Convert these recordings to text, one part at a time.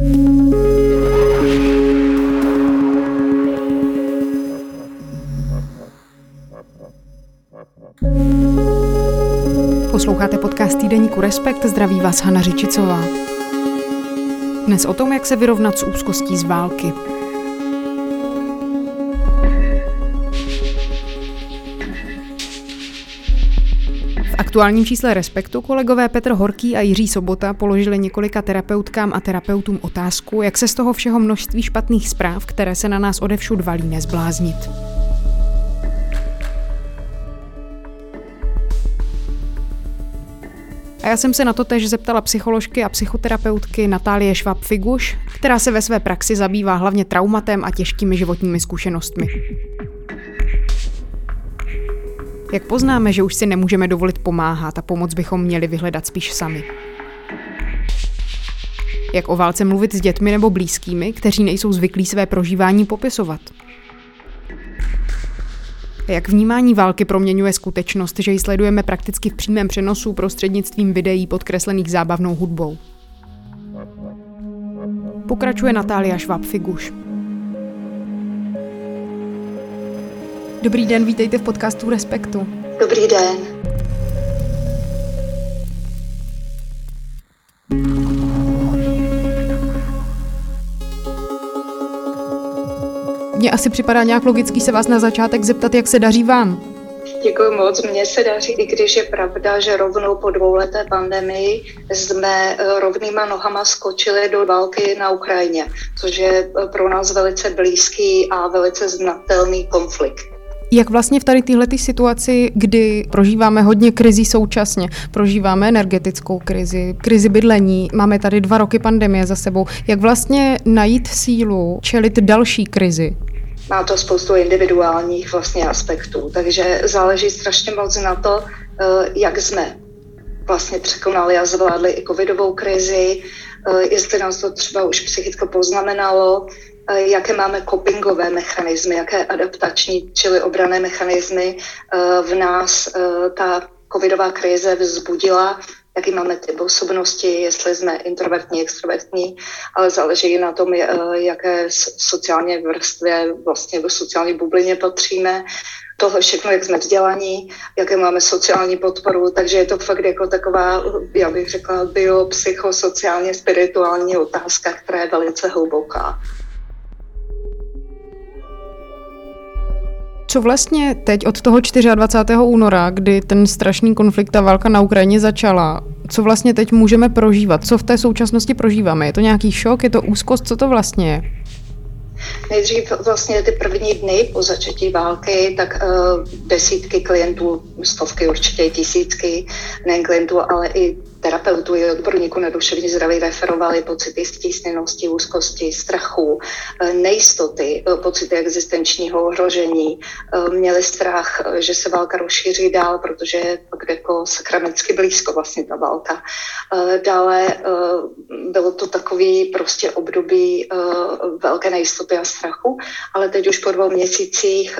Posloucháte podcast týdeníku Respekt, zdraví vás Hana Řičicová. Dnes o tom, jak se vyrovnat s úzkostí z války. V aktuálním čísle Respektu kolegové Petr Horký a Jiří Sobota položili několika terapeutkám a terapeutům otázku, jak se z toho všeho množství špatných zpráv, které se na nás odevšud valí, nezbláznit. A já jsem se na to též zeptala psycholožky a psychoterapeutky Natálie Schwab-Figuš, která se ve své praxi zabývá hlavně traumatem a těžkými životními zkušenostmi. Jak poznáme, že už si nemůžeme dovolit pomáhat a pomoc bychom měli vyhledat spíš sami? Jak o válce mluvit s dětmi nebo blízkými, kteří nejsou zvyklí své prožívání popisovat? Jak vnímání války proměňuje skutečnost, že ji sledujeme prakticky v přímém přenosu prostřednictvím videí podkreslených zábavnou hudbou? Pokračuje Natália Schwab-Figuš. Dobrý den, vítejte v podcastu Respektu. Dobrý den. Mně asi připadá nějak logický se vás na začátek zeptat, jak se daří vám. Děkuji moc, mně se daří, i když je pravda, že rovnou po 2leté pandemii jsme rovnýma nohama skočili do války na Ukrajině, což je pro nás velice blízký a velice znatelný konflikt. Jak vlastně v tady téhleté situaci, kdy prožíváme hodně krizí současně, prožíváme energetickou krizi, krizi bydlení, máme tady 2 roky pandemie za sebou, jak vlastně najít sílu čelit další krizi? Má to spoustu individuálních vlastně aspektů, takže záleží strašně moc na to, jak jsme vlastně překonali a zvládli i covidovou krizi, jestli nás to třeba už psychicky poznamenalo, jaké máme copingové mechanismy, jaké adaptační, čili obranné mechanismy v nás ta covidová krize vzbudila, jaký máme typ osobnosti, jestli jsme introvertní, extrovertní, ale záleží na tom, jaké sociální vrstvě, vlastně v sociální bublině patříme. Tohle všechno, jak jsme vzdělaní, jaké máme sociální podporu, takže je to fakt jako taková, já bych řekla, biopsychosociálně spirituální otázka, která je velice hluboká. Co vlastně teď od toho 24. února, kdy ten strašný konflikt a válka na Ukrajině začala, co vlastně teď můžeme prožívat? Co v té současnosti prožíváme? Je to nějaký šok? Je to úzkost? Co to vlastně je? Nejdřív vlastně ty první dny po začátí války, tak desítky klientů, stovky, určitě tisícky, nejen klientů, ale i terapeutů i odborníků na duševní zdraví referovali pocity stísněnosti, úzkosti, strachu, nejistoty, pocity existenčního ohrožení. Měli strach, že se válka rozšíří dál, protože je jako sakramentsky blízko vlastně ta válka. Dále bylo to takový prostě období velké nejistoty a strachu, ale teď už po 2 měsících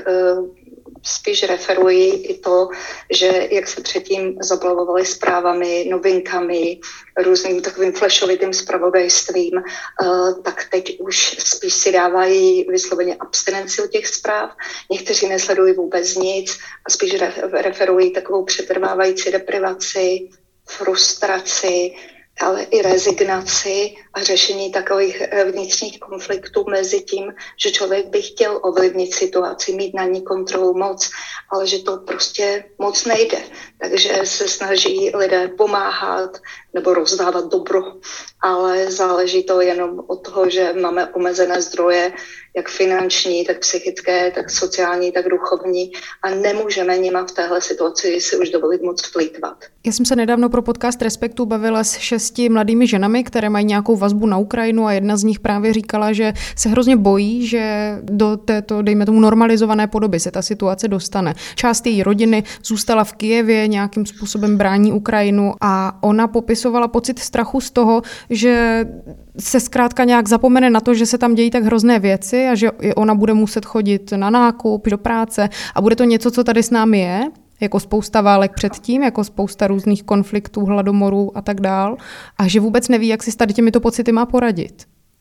spíš referují i to, že jak se předtím zaplavovali zprávami, novinkami, různým takovým flashovitým zpravodajstvím, tak teď už spíš si dávají vysloveně abstinenci od těch zpráv. Někteří nesledují vůbec nic a spíš referují takovou přetrvávající deprivaci, frustraci, ale i rezignaci a řešení takových vnitřních konfliktů mezi tím, že člověk by chtěl ovlivnit situaci, mít na ní kontrolu, moc, ale že to prostě moc nejde. Takže se snaží lidé pomáhat nebo rozdávat dobro, ale záleží to jenom od toho, že máme omezené zdroje, jak finanční, tak psychické, tak sociální, tak duchovní a nemůžeme nima v téhle situaci si už dovolit moc plýtvat. Já jsem se nedávno pro podcast Respektu bavila s 6 mladými ženami, které mají nějakou vazbu na Ukrajinu a jedna z nich právě říkala, že se hrozně bojí, že do této, dejme tomu, normalizované podoby se ta situace dostane. Část její rodiny zůstala v Kyjevě, nějakým způsobem brání Ukrajinu a ona popisovala pocit strachu z toho, že se zkrátka nějak zapomene na to, že se tam dějí tak hrozné věci a že ona bude muset chodit na nákup, do práce a bude to něco, co tady s námi je, jako spousta válek předtím, jako spousta různých konfliktů, hladomorů a tak dál, a že vůbec neví, jak si s tady těmito pocity má poradit.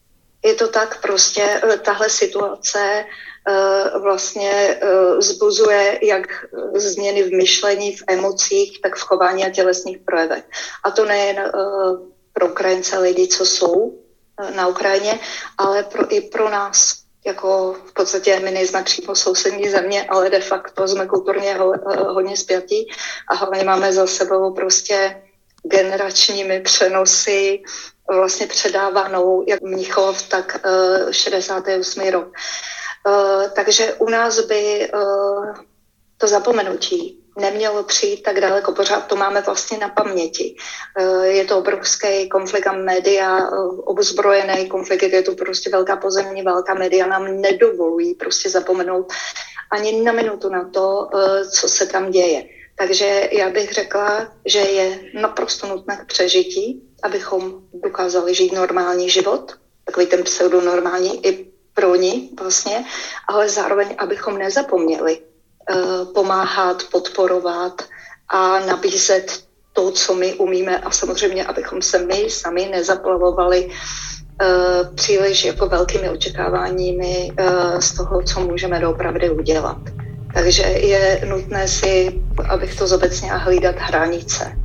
Je to tak prostě, tahle situace vlastně vzbuzuje jak změny v myšlení, v emocích, tak v chování a tělesných projevech. A to nejen pro Ukrajince lidi, co jsou na Ukrajině, ale i pro nás. Jako v podstatě my nejsme přímo sousední země, ale de facto jsme kulturně hodně spjatí a hlavně máme za sebou prostě generačními přenosy vlastně předávanou jak Mnichov, tak 68. rok. Takže u nás by to zapomenutí nemělo přijít tak daleko, pořád to máme vlastně na paměti. Je to obrovský konflikt a média, obzbrojený konflikt, je to prostě velká pozemní válka, média nám nedovolují prostě zapomenout ani na minutu na to, co se tam děje. Takže já bych řekla, že je naprosto nutné k přežití, abychom dokázali žít normální život, takový ten pseudonormální i pro ní vlastně, ale zároveň, abychom nezapomněli pomáhat, podporovat a nabízet to, co my umíme a samozřejmě, abychom se my sami nezaplavovali příliš jako velkými očekáváními z toho, co můžeme doopravdy udělat. Takže je nutné si, abych to zobecnila, hlídat hranice.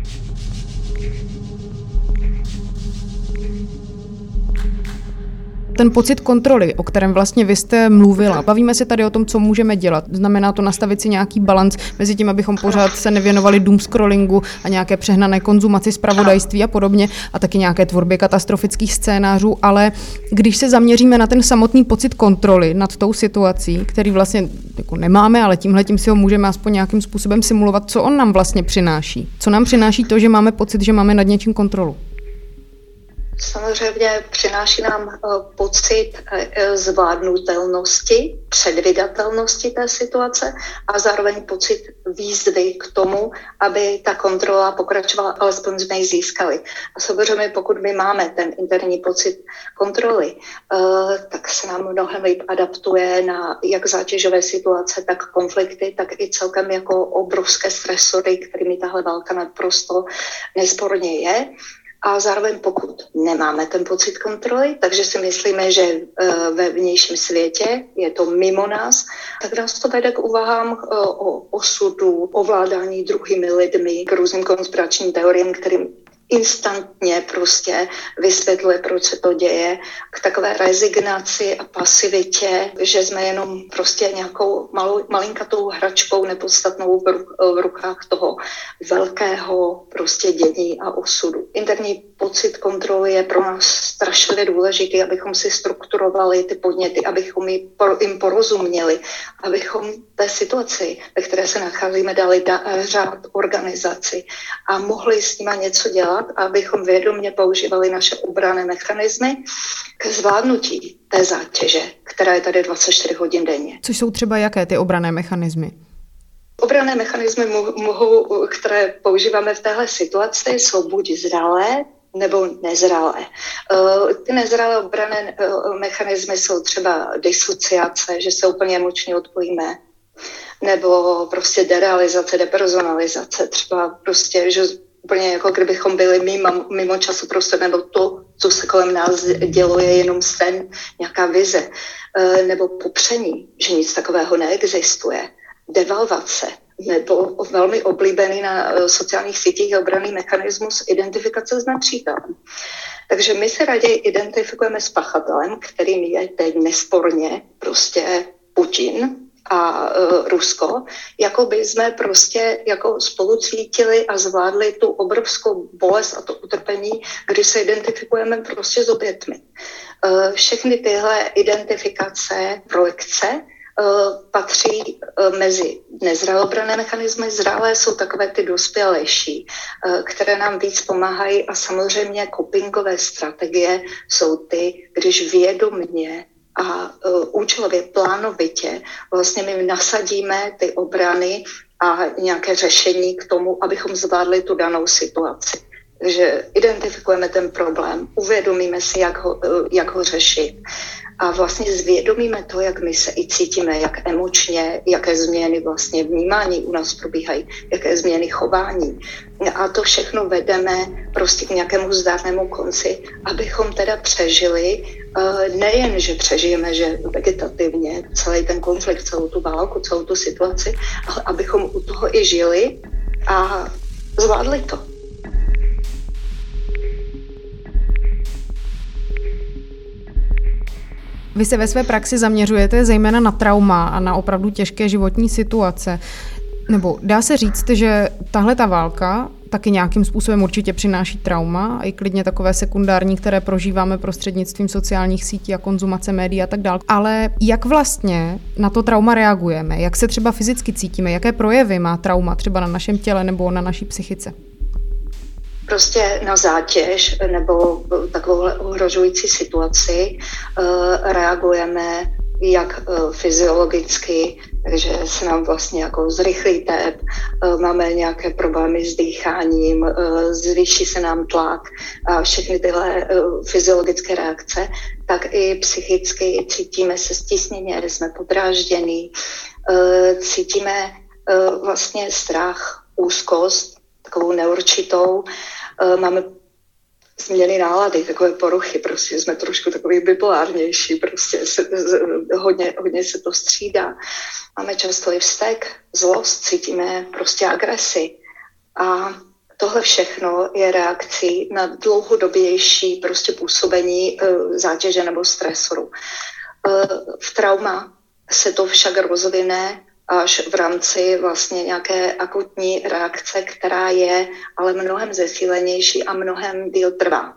Ten pocit kontroly, o kterém vlastně vy jste mluvila, bavíme se tady o tom, co můžeme dělat. Znamená to nastavit si nějaký balanc mezi tím, abychom pořád se nevěnovali doomscrollingu a nějaké přehnané konzumaci zpravodajství a podobně, a taky nějaké tvorbě katastrofických scénářů, ale když se zaměříme na ten samotný pocit kontroly nad tou situací, který vlastně jako nemáme, ale tímhletím si ho můžeme aspoň nějakým způsobem simulovat, co on nám vlastně přináší. Co nám přináší to, že máme pocit, že máme nad něčím kontrolu? Samozřejmě přináší nám pocit zvládnutelnosti, předvídatelnosti té situace a zároveň pocit výzvy k tomu, aby ta kontrola pokračovala, alespoň jsme ji získali. A samozřejmě pokud my máme ten interní pocit kontroly, tak se nám mnohem líp adaptuje na jak zátěžové situace, tak konflikty, tak i celkem jako obrovské stresory, kterými tahle válka naprosto nesporně je. A zároveň pokud nemáme ten pocit kontroly, takže si myslíme, že ve vnějším světě je to mimo nás, tak nás to vede k úvahám o osudu, ovládání druhými lidmi, k různým konspiračním teoriím, kterým instantně prostě vysvětluje, proč se to děje, k takové rezignaci a pasivitě, že jsme jenom prostě nějakou malinkatou hračkou nepodstatnou v rukách toho velkého prostě dění a osudu. Interní pocit kontroly je pro nás strašně důležitý, abychom si strukturovali ty podněty, abychom jim porozuměli, abychom té situaci, ve které se nacházíme, dali řád organizaci a mohli s nima něco dělat, abychom vědomě používali naše obranné mechanismy k zvládnutí té zátěže, která je tady 24 hodin denně. Což jsou třeba jaké ty obranné mechanismy? Obranné mechanismy, které používáme v téhle situaci, jsou buď zralé, nebo nezralé. Ty nezralé obranné mechanismy jsou třeba disociace, že se úplně emočně odpojíme, nebo prostě derealizace, depersonalizace, třeba prostě, že úplně jako kdybychom byli mimo času prostě, nebo to, co se kolem nás dělo, je jenom sen, nějaká vize, nebo popření, že nic takového neexistuje, devalvace, nebo velmi oblíbený na sociálních sítích obranný mechanismus identifikace s nepřítelem. Takže my se raději identifikujeme s pachatelem, kterým je teď nesporně prostě Putin a Rusko, jako by jsme prostě jako spolu cítili a zvládli tu obrovskou bolest a to utrpení, kdy se identifikujeme prostě s obětmi. Všechny tyhle identifikace, projekce patří mezi nezralé obranné mechanismy. Zralé jsou takové ty dospělejší, které nám víc pomáhají a samozřejmě copingové strategie jsou ty, když vědomně a účelově, plánovitě vlastně my nasadíme ty obrany a nějaké řešení k tomu, abychom zvládli tu danou situaci. Takže identifikujeme ten problém, uvědomíme si, jak ho řešit a vlastně zvědomíme to, jak my se i cítíme, jak emočně, jaké změny vlastně vnímání u nás probíhají, jaké změny chování. A to všechno vedeme prostě k nějakému zdárnému konci, abychom teda přežili, nejen, že přežijeme, že vegetativně celý ten konflikt, celou tu válku, celou tu situaci, ale abychom u toho i žili a zvládli to. Vy se ve své praxi zaměřujete zejména na trauma a na opravdu těžké životní situace. Nebo dá se říct, že tahle ta válka taky nějakým způsobem určitě přináší trauma a i klidně takové sekundární, které prožíváme prostřednictvím sociálních sítí a konzumace médií a tak dále. Ale jak vlastně na to trauma reagujeme? Jak se třeba fyzicky cítíme? Jaké projevy má trauma třeba na našem těle nebo na naší psychice? Prostě na zátěž nebo takovouhle ohrožující situaci reagujeme jak fyziologicky, takže se nám vlastně jako zrychlí tep, máme nějaké problémy s dýcháním, zvýší se nám tlak a všechny tyhle fyziologické reakce, tak i psychicky cítíme se stísněně, jsme podráždění, cítíme vlastně strach, úzkost, takovou neurčitou, máme změny nálady, takové poruchy, prostě jsme trošku takový bipolárnější, prostě hodně se to střídá. Máme často i vztek, zlost, cítíme prostě agresi. A tohle všechno je reakcí na dlouhodobější prostě působení zátěže nebo stresoru. V trauma se to však rozvine až v rámci vlastně nějaké akutní reakce, která je ale mnohem zesílenější a mnohem díl trvá.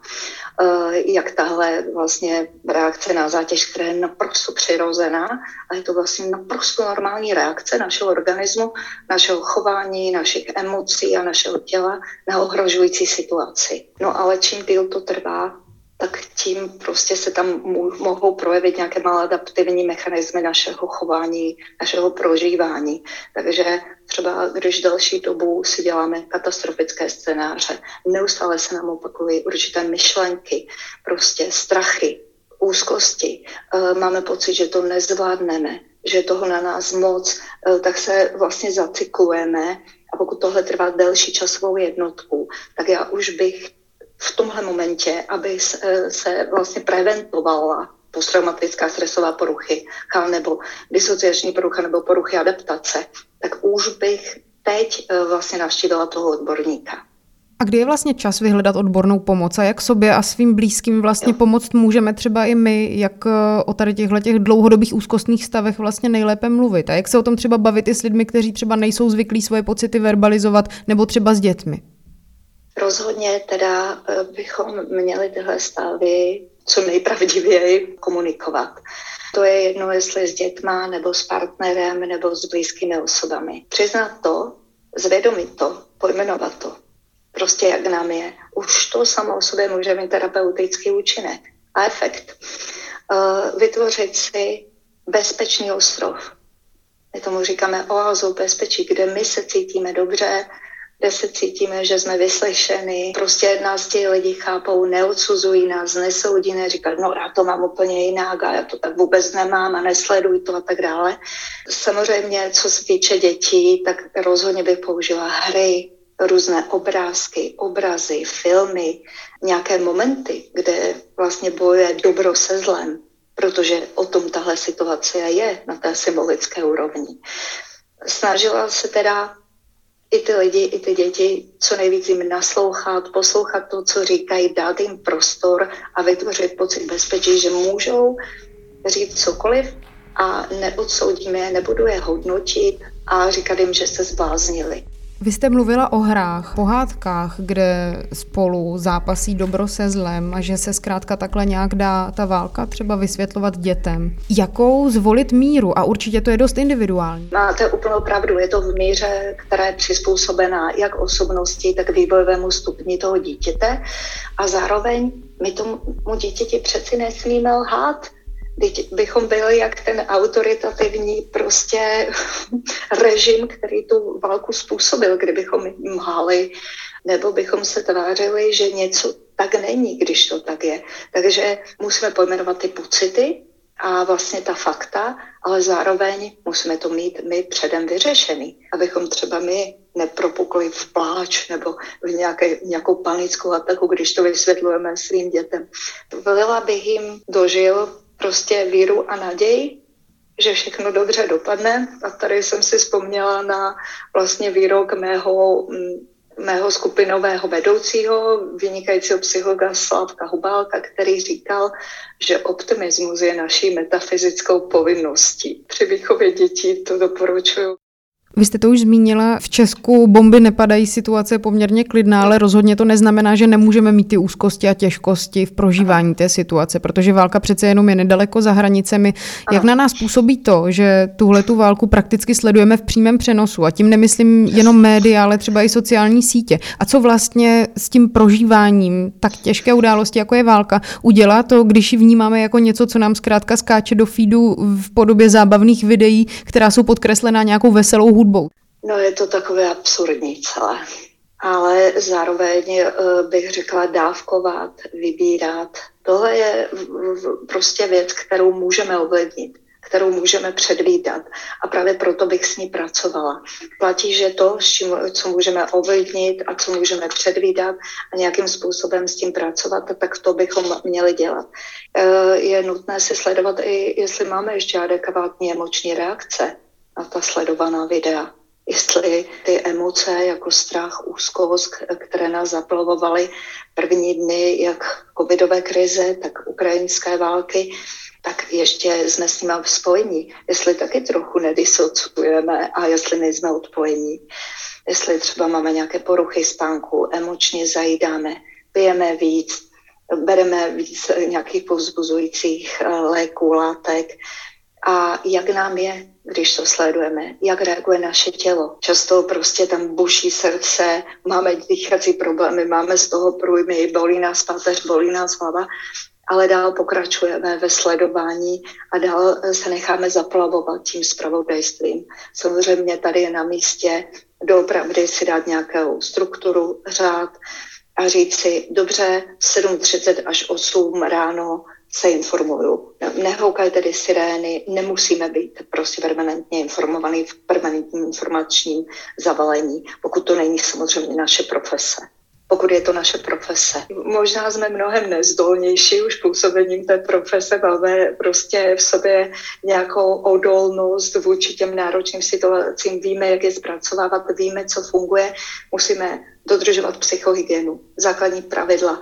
Jak tahle vlastně reakce na zátěž, která je naprosto přirozená a je to vlastně naprosto normální reakce našeho organismu, našeho chování, našich emocí a našeho těla na ohrožující situaci. No ale čím díl to trvá, tak tím prostě se tam mohou projevit nějaké maladaptivní mechanismy našeho chování, našeho prožívání. Takže třeba když další dobu si děláme katastrofické scénáře, neustále se nám opakují určité myšlenky, prostě strachy, úzkosti, máme pocit, že to nezvládneme, že je toho na nás moc, tak se vlastně zacyklujeme a pokud tohle trvá delší časovou jednotku, tak já už bych v tomhle momentě, aby se vlastně preventovala posttraumatická stresová poruchy nebo disociační porucha nebo poruchy adaptace, tak už bych teď vlastně navštívila toho odborníka. A kdy je vlastně čas vyhledat odbornou pomoc a jak sobě a svým blízkým vlastně pomoct můžeme třeba i my, jak o tady těch dlouhodobých úzkostných stavech vlastně nejlépe mluvit a jak se o tom třeba bavit i s lidmi, kteří třeba nejsou zvyklí svoje pocity verbalizovat nebo třeba s dětmi? Rozhodně teda bychom měli tyhle stavy co nejpravdivěji komunikovat. To je jedno, jestli s dětma, nebo s partnerem, nebo s blízkými osobami. Přiznat to, zvědomit to, pojmenovat to. Prostě jak nám je. Už to samo o sobě může mít terapeutický účinek a efekt. Vytvořit si bezpečný ostrov. My tomu říkáme oázou bezpečí, kde my se cítíme dobře, kde se cítíme, že jsme vyslyšeni. Prostě nás ti lidi chápou, neodsuzují nás, nesoudí, neříkají, no já to mám úplně jinak a já to tak vůbec nemám a nesleduj to a tak dále. Samozřejmě, co se týče dětí, tak rozhodně bych použila hry, různé obrázky, obrazy, filmy, nějaké momenty, kde vlastně bojuje dobro se zlem, protože o tom tahle situace je na té symbolické úrovni. Snažila se teda i ty lidi, i ty děti co nejvíc jim naslouchat, poslouchat to, co říkají, dát jim prostor a vytvořit pocit bezpečí, že můžou říct cokoliv a neodsoudíme je, nebudu je hodnotit a říkat jim, že se zbláznili. Vy jste mluvila o hrách, pohádkách, kde spolu zápasí dobro se zlem a že se zkrátka takhle nějak dá ta válka třeba vysvětlovat dětem. Jakou zvolit míru? A určitě to je dost individuální. Máte úplnou pravdu, je to v míře, která je přizpůsobená jak osobnosti, tak vývojovému stupni toho dítěte a zároveň my tomu dítěti přeci nesmíme lhát. Teď bychom byli jak ten autoritativní prostě režim, který tu válku způsobil, kdybychom lhali, nebo bychom se tvářili, že něco tak není, když to tak je. Takže musíme pojmenovat ty pocity, a vlastně ta fakta, ale zároveň musíme to mít my předem vyřešený, abychom třeba my nepropukli v pláč nebo v nějakou panickou ataku, když to vysvětlujeme svým dětem. Velila bych jim dožil prostě víru a naději, že všechno dobře dopadne. A tady jsem si vzpomněla na vlastně výrok mého skupinového vedoucího, vynikajícího psychologa Slávka Hubálka, který říkal, že optimismus je naší metafyzickou povinností. Při výchově dětí to doporučuju. Vy jste to už zmínila, v Česku bomby nepadají, situace je poměrně klidná, ale rozhodně to neznamená, že nemůžeme mít ty úzkosti a těžkosti v prožívání té situace, protože válka přece jenom je nedaleko za hranicemi. Jak na nás působí to, že tuhletu válku prakticky sledujeme v přímém přenosu, a tím nemyslím jenom média, ale třeba i sociální sítě. A co vlastně s tím prožíváním tak těžké události, jako je válka, udělá to, když ji vnímáme jako něco, co nám zkrátka skáče do feedu v podobě zábavných videí, která jsou podkreslená nějakou veselou hudbou? No, je to takové absurdní celé. Ale zároveň bych řekla dávkovat, vybírat. Tohle je prostě věc, kterou můžeme ovlivnit, kterou můžeme předvídat. A právě proto bych s ní pracovala. Platí, že to, co můžeme ovlivnit a co můžeme předvídat a nějakým způsobem s tím pracovat, tak to bychom měli dělat. Je nutné si sledovat i, jestli máme ještě adekvátní emoční reakce na ta sledovaná videa. Jestli ty emoce jako strach, úzkost, které nás zaplavovaly první dny jak covidové krize, tak ukrajinské války, tak ještě jsme s nimi spojení. Jestli taky trochu nedisociujeme a jestli nejsme odpojení. Jestli třeba máme nějaké poruchy spánku, emočně zajídáme, pijeme víc, bereme víc nějakých povzbuzujících léků, látek. A jak nám je, když to sledujeme, jak reaguje naše tělo. Často prostě tam buší srdce, máme dýchací problémy, máme z toho průjmy, bolí nás páteř, bolí nás hlava, ale dál pokračujeme ve sledování a dál se necháme zaplavovat tím zpravodajstvím. Samozřejmě tady je na místě doopravdy si dát nějakou strukturu, řád a říct si, dobře, 7:30 až 8 ráno se informuju. Nehoukají tedy sirény, nemusíme být prostě permanentně informovaný v permanentním informačním zavalení, pokud to není samozřejmě naše profese. Pokud je to naše profese. Možná jsme mnohem nezdolnější už působením té profese, máme prostě v sobě nějakou odolnost vůči těm náročným situacím, víme, jak je zpracovávat, víme, co funguje, musíme dodržovat psychohygienu, základní pravidla.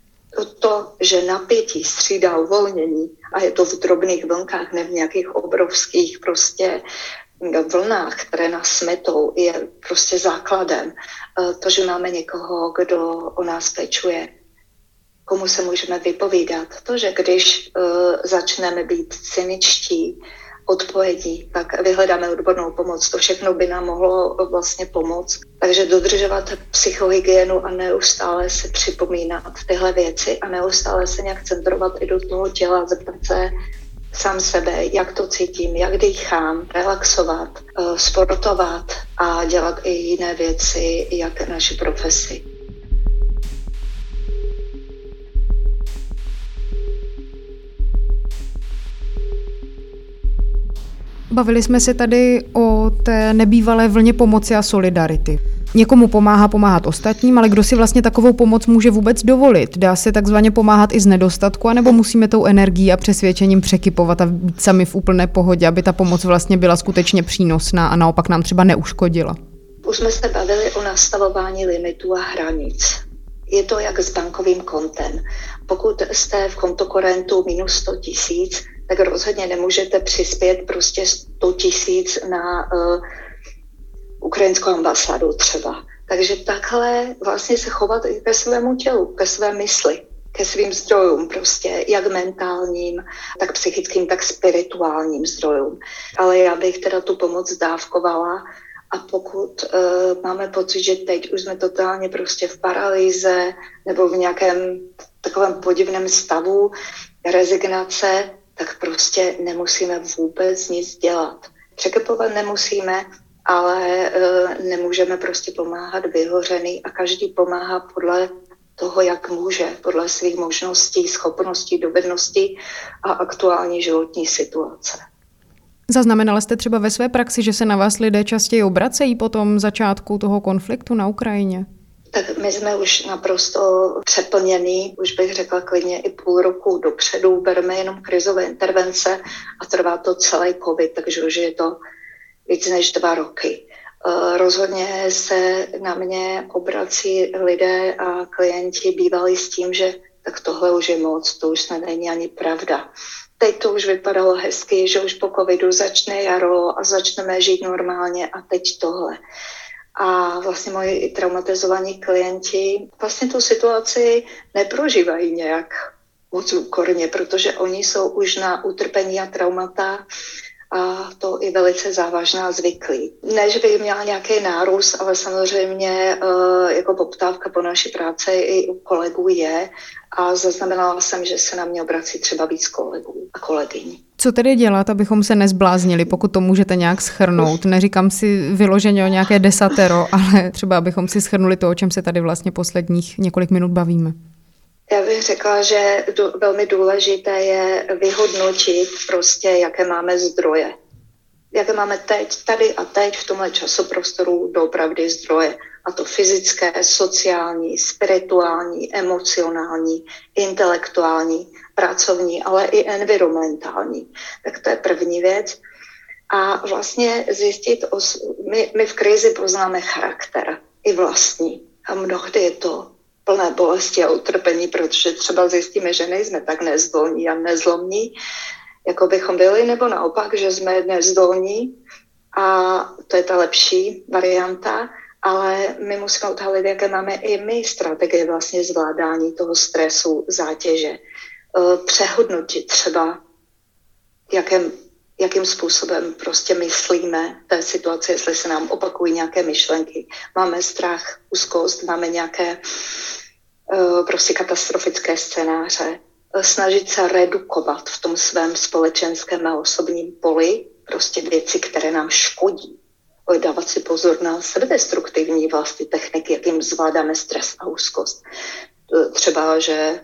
To, že napětí střídá uvolnění a je to v drobných vlnkách, ne v nějakých obrovských prostě vlnách, které nás smetou, je prostě základem. To, že máme někoho, kdo o nás pečuje, komu se můžeme vypovídat. To, že když začneme být cyničtí, odpovědí, tak vyhledáme odbornou pomoc. To všechno by nám mohlo vlastně pomoct. Takže dodržovat psychohygienu a neustále se připomínat tyhle věci a neustále se nějak centrovat i do toho těla, zeptat se sám sebe, jak to cítím, jak dýchám, relaxovat, sportovat a dělat i jiné věci, jak naši profesi. Bavili jsme se tady o té nebývalé vlně pomoci a solidarity. Někomu pomáhat ostatním, ale kdo si vlastně takovou pomoc může vůbec dovolit? Dá se takzvaně pomáhat i z nedostatku, anebo musíme tou energií a přesvědčením překypovat a být sami v úplné pohodě, aby ta pomoc vlastně byla skutečně přínosná a naopak nám třeba neuškodila? Už jsme se bavili o nastavování limitů a hranic. Je to jak s bankovým kontem. Pokud jste v kontokorentu minus 100 000, tak rozhodně nemůžete přispět prostě 100 000 na ukrajinskou ambasádu třeba. Takže takhle vlastně se chovat i ke svému tělu, ke své mysli, ke svým zdrojům prostě, jak mentálním, tak psychickým, tak spirituálním zdrojům. Ale já bych teda tu pomoc dávkovala a pokud máme pocit, že teď už jsme totálně prostě v paralýze nebo v nějakém takovém podivném stavu rezignace, tak prostě nemusíme vůbec nic dělat. Překvapovat nemusíme, ale nemůžeme prostě pomáhat vyhořený a každý pomáhá podle toho, jak může podle svých možností, schopností, dovedností a aktuální životní situace. Zaznamenala jste třeba ve své praxi, že se na vás lidé častěji obracejí po tom začátku toho konfliktu na Ukrajině? Tak my jsme už naprosto přeplnění, už bych řekla klidně i půl roku dopředu, bereme jenom krizové intervence a trvá to celý covid, takže už je to víc než 2 roky. Rozhodně se na mě obrací lidé a klienti bývali s tím, že tak tohle už je moc, to už snad není ani pravda. Teď to už vypadalo hezky, že už po covidu začne jaro a začneme žít normálně a teď tohle. A vlastně moji traumatizovaní klienti vlastně tu situaci neprožívají nějak moc úkorně, protože oni jsou už na utrpení a traumata a to i velice závažná zvyklí. Ne, že bych měla nějaký nárůst, ale samozřejmě jako poptávka po naší práci i u kolegů je a zaznamenala jsem, že se na mě obrací třeba víc kolegů a kolegyň. Co tedy dělat, abychom se nezbláznili, pokud to můžete nějak shrnout? Neříkám si vyloženě o nějaké desatero, ale třeba abychom si shrnuli to, o čem se tady vlastně posledních několik minut bavíme. Já bych řekla, že velmi důležité je vyhodnotit prostě, jaké máme zdroje. Jaké máme teď, tady a teď v tomhle časoprostoru doopravdy zdroje. A to fyzické, sociální, spirituální, emocionální, intelektuální, pracovní, ale i environmentální. Tak to je první věc. A vlastně zjistit, my v krizi poznáme charakter i vlastní. A mnohdy je to plné bolesti a utrpení, protože třeba zjistíme, že nejsme tak nezdolní a nezlomní, jako bychom byli, nebo naopak, že jsme nezdolní a to je ta lepší varianta, ale my musíme odhalit, jaké máme i my strategie vlastně zvládání toho stresu, zátěže. Přehodnotit třeba, jakým způsobem prostě myslíme v té situaci, jestli se nám opakují nějaké myšlenky. Máme strach, úzkost, máme nějaké prostě katastrofické scénáře. Snažit se redukovat v tom svém společenském a osobním poli prostě věci, které nám škodí. Dávat si pozor na sebedestruktivní vlastně techniky, jakým zvládáme stres a úzkost. Třeba, že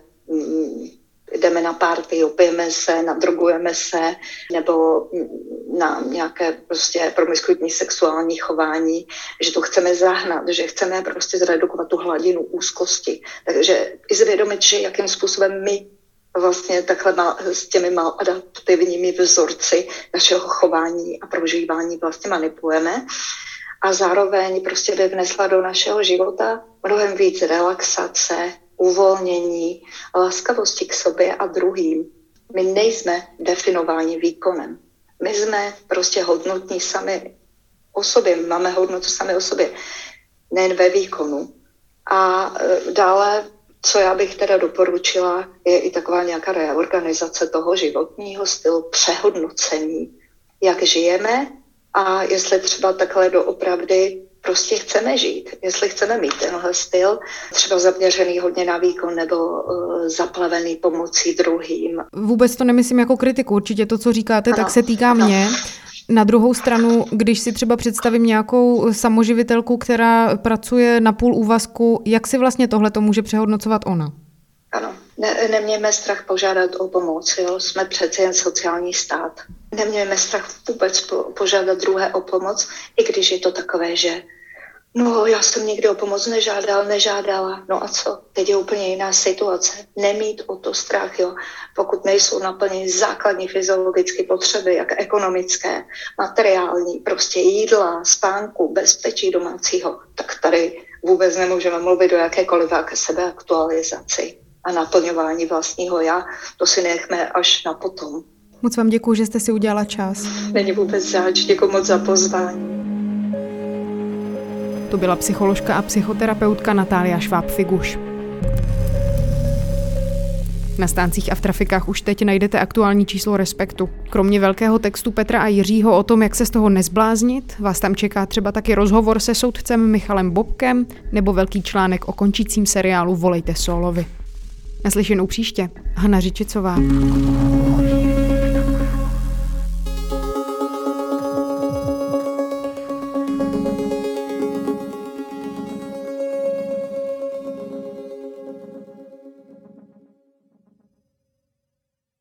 jdeme na party, opijeme se, nadrogujeme se, nebo na nějaké prostě promiskuitní sexuální chování, že to chceme zahnat, že chceme prostě zredukovat tu hladinu úzkosti. Takže i zvědomit, že jakým způsobem my vlastně takhle s těmi maladaptivními vzorci našeho chování a prožívání vlastně manipulujeme. A zároveň prostě by vnesla do našeho života mnohem víc relaxace, uvolnění, laskavosti k sobě a druhým. My nejsme definováni výkonem. My jsme prostě hodnotní sami o sobě, máme hodnotu sami o sobě, nejen ve výkonu. A dále, co já bych teda doporučila, je i taková nějaká reorganizace toho životního stylu, přehodnocení, jak žijeme a jestli třeba takhle doopravdy prostě chceme žít, jestli chceme mít tenhle styl, třeba zaměřený hodně na výkon nebo zaplavený pomocí druhým. Vůbec to nemyslím jako kritiku, určitě to, co říkáte, tak se týká mě. Na druhou stranu, když si třeba představím nějakou samoživitelku, která pracuje na půl úvazku, jak si vlastně tohle to může přehodnocovat ona? Ano, nemějme strach požádat o pomoc, jo? Jsme přece jen sociální stát. Nemějme strach vůbec požádat druhé o pomoc, i když je to takové, že no, já jsem nikdy o pomoc nežádala. No a co? Teď je úplně jiná situace. Nemít o to strach, jo. Pokud nejsou naplněny základní fyziologické potřeby, jak ekonomické, materiální, prostě jídla, spánku, bezpečí domácího, tak tady vůbec nemůžeme mluvit o jakékoliv sebeaktualizaci a naplňování vlastního já. To si nechme až na potom. Moc vám děkuju, že jste si udělala čas. Není vůbec zač, děkuji moc za pozvání. To byla psycholožka a psychoterapeutka Natália Šváb-Figuš. Na stáncích a v trafikách už teď najdete aktuální číslo Respektu. Kromě velkého textu Petra a Jiřího o tom, jak se z toho nezbláznit, vás tam čeká třeba taky rozhovor se soudcem Michalem Bobkem nebo velký článek o končícím seriálu Volejte Sólovi. Naslyšenou příště. Hana Řičicová.